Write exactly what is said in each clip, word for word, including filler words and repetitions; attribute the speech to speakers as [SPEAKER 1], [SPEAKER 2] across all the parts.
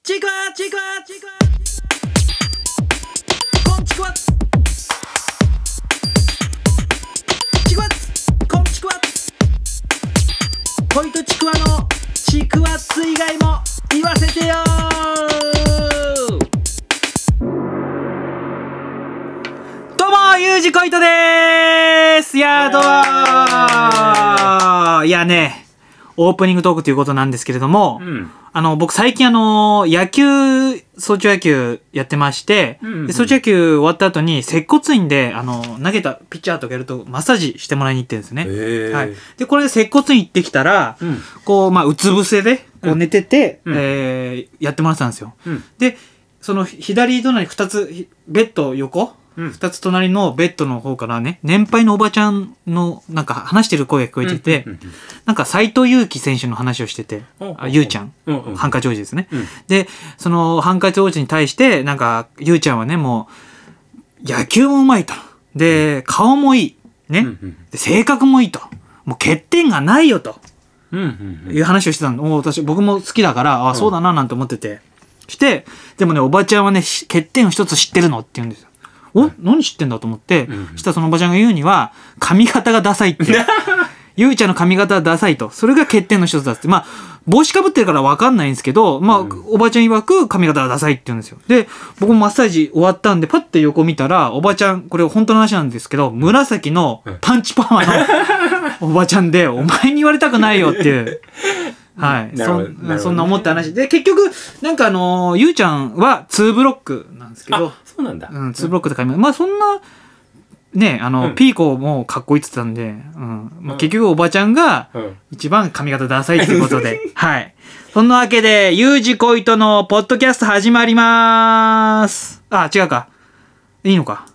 [SPEAKER 1] ちくわちくわちくわこんちくわちくわこんちくわ恋とちくわのちくわつ以外も言わせてよどうもゆうじこいとでーす。いやーどうもーいやねオープニングトークということなんですけれども、うん、あの僕最近あの野球早朝野球やってまして、うんうん、で早朝野球終わった後に接骨院であの投げたピッチャーとかやるとマッサージしてもらいに行ってるんですね。はい、でこれで接骨院行ってきたら、うん、こうまあうつ伏せでこう寝てて、うんえー、やってもらってたんですよ。うん、でその左隣にふたつベッド横二つ隣のベッドの方からね、年配のおばちゃんのなんか話してる声が聞こえてて、うんうんうんうん、なんか斎藤佑樹選手の話をしてて、あゆうちゃん、うんうん、ハンカチ王子ですね、うん。で、そのハンカチ王子に対して、なんかゆうちゃんはね、もう野球もうまいと。で、顔もいい。ね、うんうん。で、性格もいいと。もう欠点がないよと。うんうんうん、いう話をしてたの。お私、僕も好きだから、あ、そうだななんて思ってて。して、でもね、おばちゃんはね、欠点を一つ知ってるのって言うんですよ。お何知ってんだと思って、うん、したらそのおばちゃんが言うには髪型がダサいってゆうちゃんの髪型はダサいと、それが欠点の一つだって。まあ帽子かぶってるから分かんないんですけど、まあ、うん、おばちゃん曰く髪型がダサいって言うんですよ。で僕もマッサージ終わったんでパッて横見たら、おばちゃんこれ本当の話なんですけど、紫のパンチパーマのおばちゃんでお前に言われたくないよっていうはい、そ, ね、そんな思った話で、結局なんかあのー、ゆうちゃんはツーブロックなんですけど、
[SPEAKER 2] そうなんだ、
[SPEAKER 1] うん、ツーブロックで髪、うん、まあそんなねあの、うん、ピーコもかっこいいって言ってたんで、うんまあ、結局おばちゃんが一番髪型ダサいっていうことで、うん、はいそんなわけでゆうじこいとのポッドキャスト始まりまーす。あ違うかいいのか。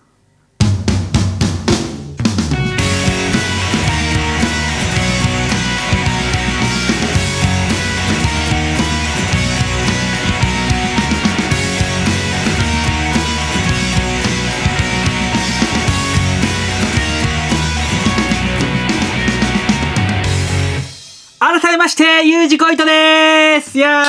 [SPEAKER 1] 改めましてゆうじこいとでーす。いや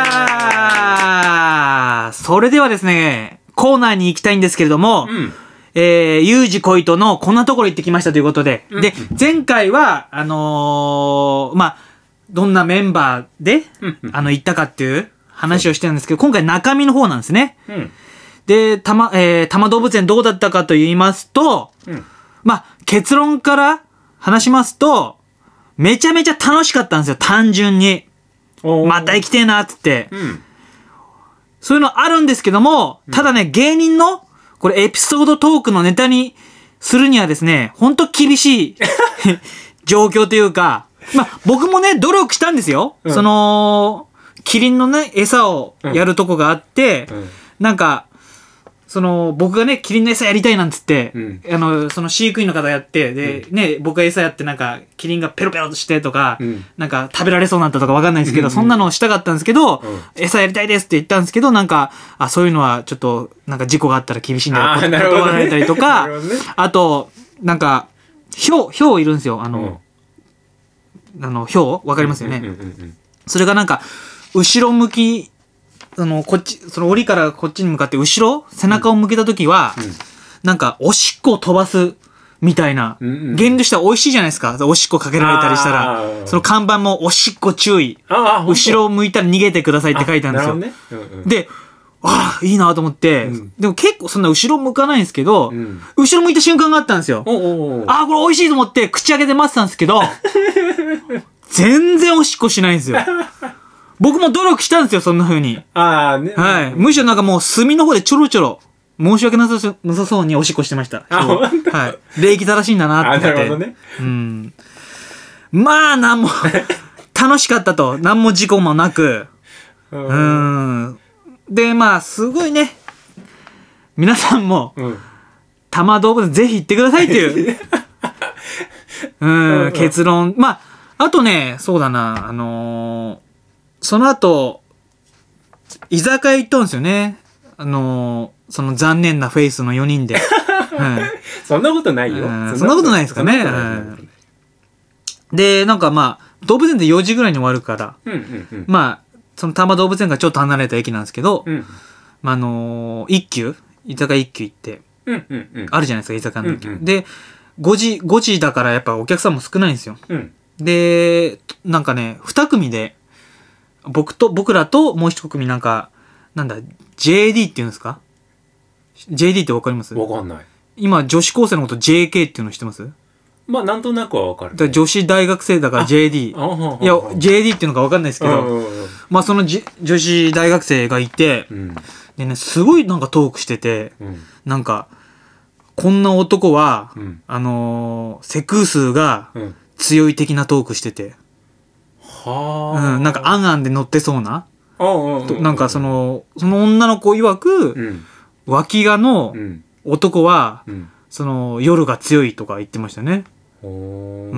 [SPEAKER 1] ーそれではですねコーナーに行きたいんですけれども、うん、えー、ゆうじこいとのこんなところ行ってきましたということで、うん、で前回はあのー、まあどんなメンバーで、うん、あの行ったかっていう話をしてるんですけど、今回中身の方なんですね。うん、でたま、えー、多摩動物園どうだったかと言いますと、うん、まあ結論から話しますとめちゃめちゃ楽しかったんですよ、単純に。また行きてえなっつって、うん、そういうのあるんですけども、ただね、うん、芸人のこれエピソードトークのネタにするにはですね、ほんと厳しい状況というか、まあ僕もね努力したんですよ、うん、そのキリンのね餌をやるとこがあって、うんうん、なんかその僕がねキリンの餌やりたいなんつって、うん、あのその飼育員の方やってで、うん、ね僕が餌やってなんかキリンがペロペロとしてとか、うん、なんか食べられそうになったとかわかんないですけど、うん、そんなのをしたかったんですけど、うん、餌やりたいですって言ったんですけど、なんかあそういうのはちょっとなんか事故があったら厳しいんだよ断られたりとか、ね、あとなんかヒョウヒョウいるんですよ、あの、うん、あのヒョウわかりますよね、うんうんうんうん、それがなんか後ろ向きあのこっちその檻からこっちに向かって後ろ背中を向けた時は、うん、なんかおしっこを飛ばすみたいな、うんうん、原理したら美味しいじゃないですか、おしっこかけられたりしたら。その看板もおしっこ注意、後ろを向いたら逃げてくださいって書いてあるんですよ、ねうんうん、でああいいなと思って、うん、でも結構そんな後ろ向かないんですけど、うん、後ろ向いた瞬間があったんですよ。おうおうああこれ美味しいと思って口開けて待ってたんですけど全然おしっこしないんですよ僕も努力したんですよ、そんな風に。ああね。はい。むしろなんかもう隅の方でちょろちょろ、申し訳なさなさそうにおしっこしてました。あ、はい。礼儀正しいんだなって思って。あ、なるほどね。うん。まあ、なんも、楽しかったと。なんも事故もなく。うん。で、まあ、すごいね。皆さんも、うん、多摩動物園ぜひ行ってくださいっていう。うん、結論。まあ、あとね、そうだな、あのー、その後、居酒屋行ったんですよね。あのー、その残念なフェイスのよにんで。はい、
[SPEAKER 2] そんなことないよ。
[SPEAKER 1] そんなことないですかね。で、なんかまあ、動物園でよじぐらいに終わるから、うんうんうん、まあ、 その多摩動物園がちょっと離れた駅なんですけど、
[SPEAKER 2] うん。
[SPEAKER 1] まあ、あのー一休居酒屋一休行って、
[SPEAKER 2] うんうんうん。
[SPEAKER 1] あるじゃないですか、居酒屋の一休。
[SPEAKER 2] うんうん
[SPEAKER 1] で、ごじ、ごじだからやっぱお客さんも少ないんですよ。
[SPEAKER 2] うん。
[SPEAKER 1] で、なんかね、二組で、僕と、僕らともう一組なんか、なんだ、ジェーディー って言うんですか？ ジェーディー ってわかります？
[SPEAKER 2] わかんない。
[SPEAKER 1] 今、女子高生のこと ジェーケー っていうの知ってます？
[SPEAKER 2] まあ、なんとなくはわかる、ね。
[SPEAKER 1] だから女子大学生だから ジェーディー。
[SPEAKER 2] あ
[SPEAKER 1] いや、ジェーディー っていうのかわかんないですけど、
[SPEAKER 2] うんうんうん、
[SPEAKER 1] まあそのじ女子大学生がいて、
[SPEAKER 2] うん、
[SPEAKER 1] でね、すごいなんかトークしてて、
[SPEAKER 2] うん、
[SPEAKER 1] なんか、こんな男は、
[SPEAKER 2] うん、
[SPEAKER 1] あのー、セクー数が
[SPEAKER 2] うん
[SPEAKER 1] 強い的なトークしてて、
[SPEAKER 2] はあ、
[SPEAKER 1] うん、なんかアンアンで乗ってそうな、
[SPEAKER 2] うんうん、
[SPEAKER 1] なんかその、その女の子曰く、
[SPEAKER 2] うん、
[SPEAKER 1] 脇がの男は、
[SPEAKER 2] うん、
[SPEAKER 1] その夜が強いとか言ってましたね。
[SPEAKER 2] う
[SPEAKER 1] うん。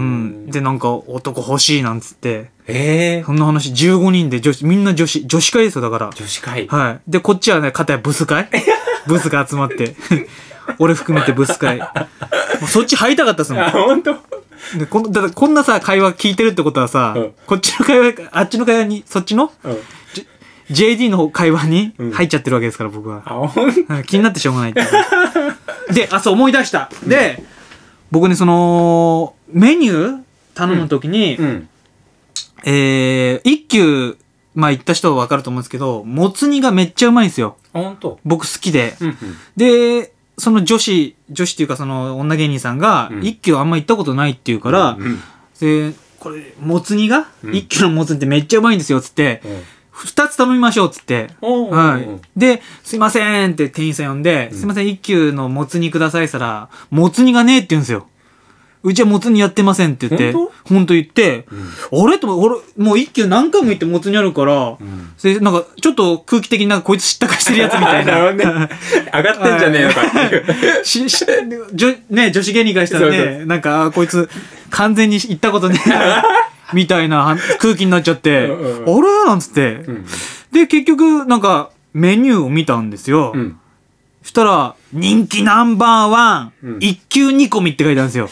[SPEAKER 1] で、なんか男欲しいなんつって、
[SPEAKER 2] ええー、
[SPEAKER 1] そんな話じゅうごにんで女子、みんな女子、女子会ですよ、だから。
[SPEAKER 2] 女子会。
[SPEAKER 1] はい。で、こっちはね、片やブス会ブスが集まって。俺含めてブス会。もうそっち入りたかったっすもん。
[SPEAKER 2] あ、ほんと？
[SPEAKER 1] で、こんだからこんなさ、会話聞いてるってことはさ、うん、こっちの会話、あっちの会話に、そっちの、うん、ジェーディー の会話に入っちゃってるわけですから、僕は。
[SPEAKER 2] あ、ほん
[SPEAKER 1] 気になってしょうがないって。で、あ、そう思い出した。で、うん僕ね、その、メニュー頼むときに、うんうん、えー、一休、まあ行った人はわかると思うんですけど、もつ煮がめっちゃうまいんですよ。
[SPEAKER 2] あ、本当？
[SPEAKER 1] 僕好きで、
[SPEAKER 2] うんうん。
[SPEAKER 1] で、その女子、女子っていうかその女芸人さんが、うん、一休あんま行ったことないって言うから、うんうん、で、これ、もつ煮が、うん、一休のもつ煮ってめっちゃうまいんですよ、つって、うん二つ頼みましょうっつって。はい。で、すいませんって店員さん呼んで、うん、すいません、一休のもつ煮くださいしたら、もつ煮がねえって言うんですよ。うちはもつ煮やってませんって言って、ほんと言って、うん、あれと俺、もう一休何回も行ってもつ煮あるから、うん、でなんかちょっと空気的になんかこいつ知ったかしてるやつみたいな。
[SPEAKER 2] なね、上がってんじゃねえのかっていう。
[SPEAKER 1] し、し、ね、女子芸人からしたらね、そうそうなんか、こいつ完全に行ったことねえ。みたいな空気になっちゃって、うんうん、あれなんつって、うん、で、結局、なんか、メニューを見たんですよ。うん、そしたら、人気ナンバーワン、うん、一級煮込みって書いてあるんですよ。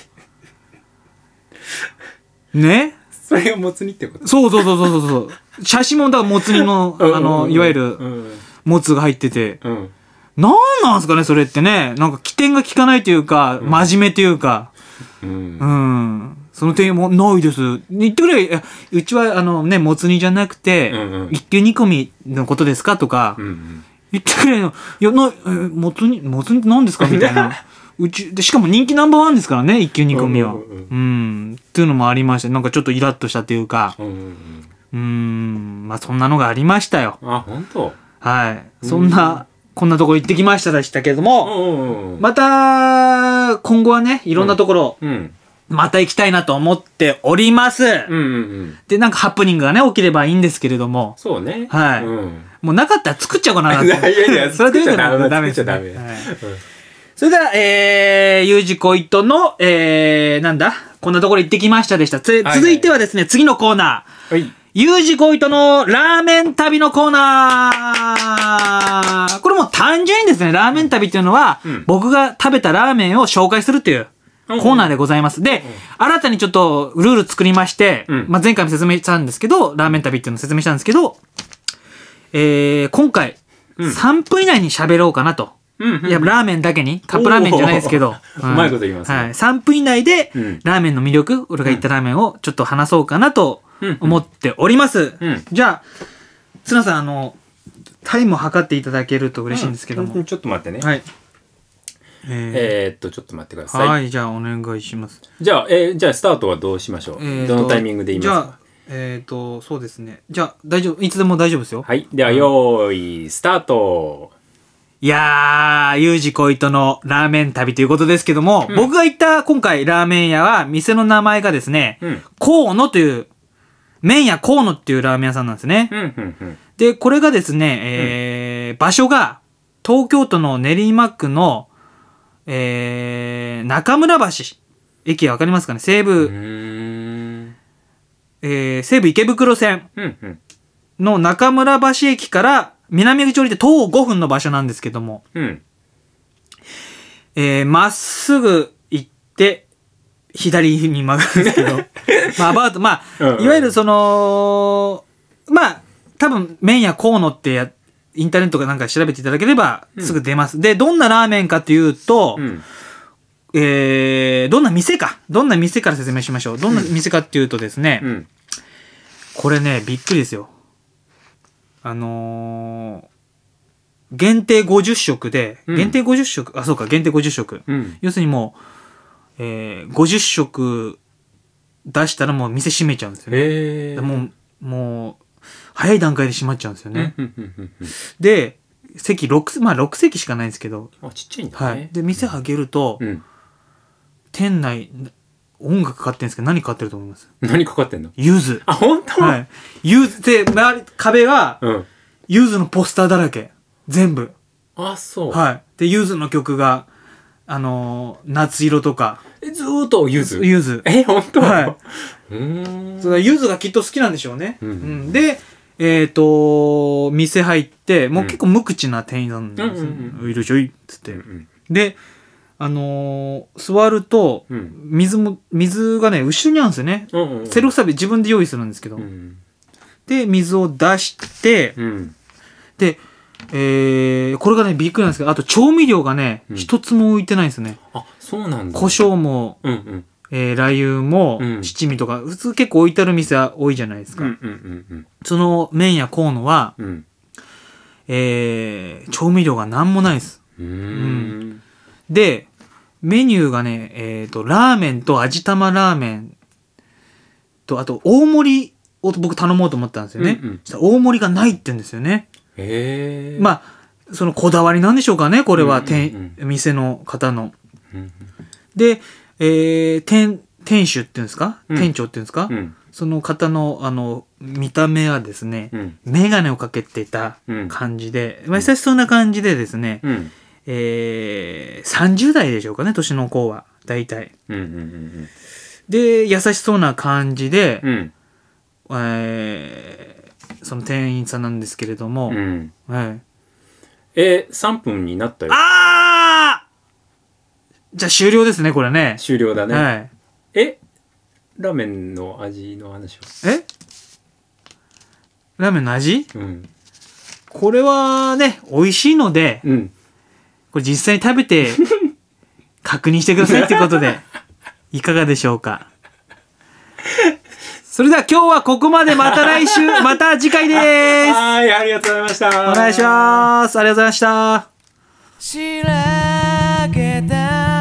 [SPEAKER 1] ね
[SPEAKER 2] それがもつ煮ってこと
[SPEAKER 1] そうそうそうそうそう。写真も、だからもつ煮の、あの、いわゆる、もつが入ってて、うん、なんなんすかね、それってね。なんか起点が効かないというか、うん、真面目というか、うん。うんその点もないです。言ってくれよ。うちは、あのね、もつ煮じゃなくて、うんうん、一級煮込みのことですかとか、うんうん、言ってくれよ。いや、な、え、もつ煮、もつ煮って何ですかみたいな。うち、で、しかも人気ナンバーワンですからね、一級煮込みは。うん、うんうん、っていうのもありました。なんかちょっとイラッとしたっていうか、うん、うん、うーん、まあそんなのがありましたよ。
[SPEAKER 2] あ、本当？
[SPEAKER 1] はい。そんな、こんなところ行ってきましたでしたけれども、また、今後はね、いろんなところ、うんうんまた行きたいなと思っております。うんうんうん、で、なんかハプニングがね、起きればいいんですけれども。
[SPEAKER 2] そうね。
[SPEAKER 1] はい。うん、もうなかったら作っちゃおうかなって。
[SPEAKER 2] いやいや、
[SPEAKER 1] それで言うとダメです、ね。ダメ。はい、それでは、えー、ゆうじこいとの、えー、なんだこんなところ行ってきましたでした。つ、はいはい、続いてはですね、次のコーナー。はい。ゆうじこいとのラーメン旅のコーナー。これも単純にですね、ラーメン旅っていうのは、うん、僕が食べたラーメンを紹介するっていう。コーナーでございます。で、うん、新たにちょっとルール作りまして、うん、まあ、前回も説明したんですけど、ラーメン旅っていうのを説明したんですけど、えー、今回、うん、さんぷん以内に喋ろうかなと。うんうん、いや、ラーメンだけに、カップラーメンじゃないですけど。
[SPEAKER 2] うまいこと言いますね。
[SPEAKER 1] はい。さんぷん以内で、ラーメンの魅力、俺が言ったラーメンをちょっと話そうかなと思っております。うんうん、じゃあ、つなさん、あの、タイムを測っていただけると嬉しいんですけども。
[SPEAKER 2] うん、ちょっと待ってね。
[SPEAKER 1] はい。
[SPEAKER 2] えー、えー、っと、ちょっと待ってください。
[SPEAKER 1] はい、じゃあお願いします。
[SPEAKER 2] じゃあ、えー、じゃあスタートはどうしましょう、えー、どのタイミングで言いますか？
[SPEAKER 1] じゃあ、えー、っと、そうですね。じゃあ、大丈夫、いつでも大丈夫ですよ。
[SPEAKER 2] はい。では、よーい、スタート。
[SPEAKER 1] いやー、ゆうじこいとのラーメン旅ということですけども、うん、僕が行った今回ラーメン屋は、店の名前がですね、うん、河野という、麺屋河野っていうラーメン屋さんなんですね。うんうんうん、で、これがですね、えーうん、場所が、東京都の練馬区の、えー、中村橋。駅わかりますかね？西武、えー、西武池袋線の中村橋駅から南口降りて徒歩ごふんの場所なんですけども、うん、えー、まっすぐ行って、左に曲がるんですけど、まあ、アバウト、まあ、いわゆるその、まあ、 多分麺屋河野ってやインターネットかなんか調べていただければすぐ出ます、うん、でどんなラーメンかというと、うん、えー、どんな店かどんな店から説明しましょう。どんな店かっていうとですね、うん、これねびっくりですよ。あのー、限定ごじゅっしょくで、うん、限定ごじゅっしょくあそうか限定ごじゅっしょく、うん、要するにもう、えー、ごじゅっしょく出したらもう店閉めちゃうんですよね。へー。もうもう早い段階で閉まっちゃうんですよね。で席ろく、まあろく席しかないんですけど、
[SPEAKER 2] あちっちゃいんだね。
[SPEAKER 1] はい、で店開けると、うん、店内音楽かかってるんですけど何かかってると思います？
[SPEAKER 2] 何かかってんの？
[SPEAKER 1] ゆず。
[SPEAKER 2] あ本当？
[SPEAKER 1] はい。ゆずで周り壁がゆずのポスターだらけ全部。
[SPEAKER 2] あそう。
[SPEAKER 1] はい。でゆずの曲があのー、夏色とか。
[SPEAKER 2] えずーっとゆず。
[SPEAKER 1] ゆず。
[SPEAKER 2] え本当？
[SPEAKER 1] はい。
[SPEAKER 2] う
[SPEAKER 1] ーん。それゆずがきっと好きなんでしょうね。うん。うん、でえっ、ー、と店入ってもう結構無口な店員さんなんですよ。うん、いらっしゃいっつって。うんうん、であのー、座ると、うん、水も水がね後ろにあるんですよね、うんうんうん、セルフサービス自分で用意するんですけど、うん、で水を出して、うん、で、えー、これがねびっくりなんですけどあと調味料がね、うん、一つも置いてないんですね。
[SPEAKER 2] あそうなんだ。
[SPEAKER 1] 胡椒も、うんうんえー、ラー油も、うん、七味とか普通結構置いてある店は多いじゃないですか、うんうんうんうん、その麺や河野は、うんえー、調味料が何もないです。うーん、うんでメニューがね、えーと、ラーメンと味玉ラーメンとあと大盛りを僕頼もうと思ったんですよね、うんうん、そしたら大盛りがないって言うんですよね。へー。まあそのこだわりなんでしょうかねこれは、うんうんうん、店の方の、うんうん、で、えー、店, 店主っていうんですか、うん、店長っていうんですか、うん、その方のあの見た目はですね、うん、眼鏡をかけてた感じで、うんまあ、優しそうな感じでですね、うんえー、さんじゅう代でしょうかね年の子は大体、うんうんうんうん、で優しそうな感じで、うんえー、その店員さんなんですけれども、うんはい、
[SPEAKER 2] えー、さんぷんになったよ。
[SPEAKER 1] あーじゃあ終了ですねこれね。
[SPEAKER 2] 終了だね、
[SPEAKER 1] はい、
[SPEAKER 2] えラーメンの味の話は
[SPEAKER 1] えラーメンの味、
[SPEAKER 2] うん、
[SPEAKER 1] これはね美味しいので、うんこれ実際に食べて確認してくださいということでいかがでしょうか。それでは今日はここまで。また来週また次回です。
[SPEAKER 2] はいありがとうございました。
[SPEAKER 1] お願いします。ありがとうございました。
[SPEAKER 3] しらけた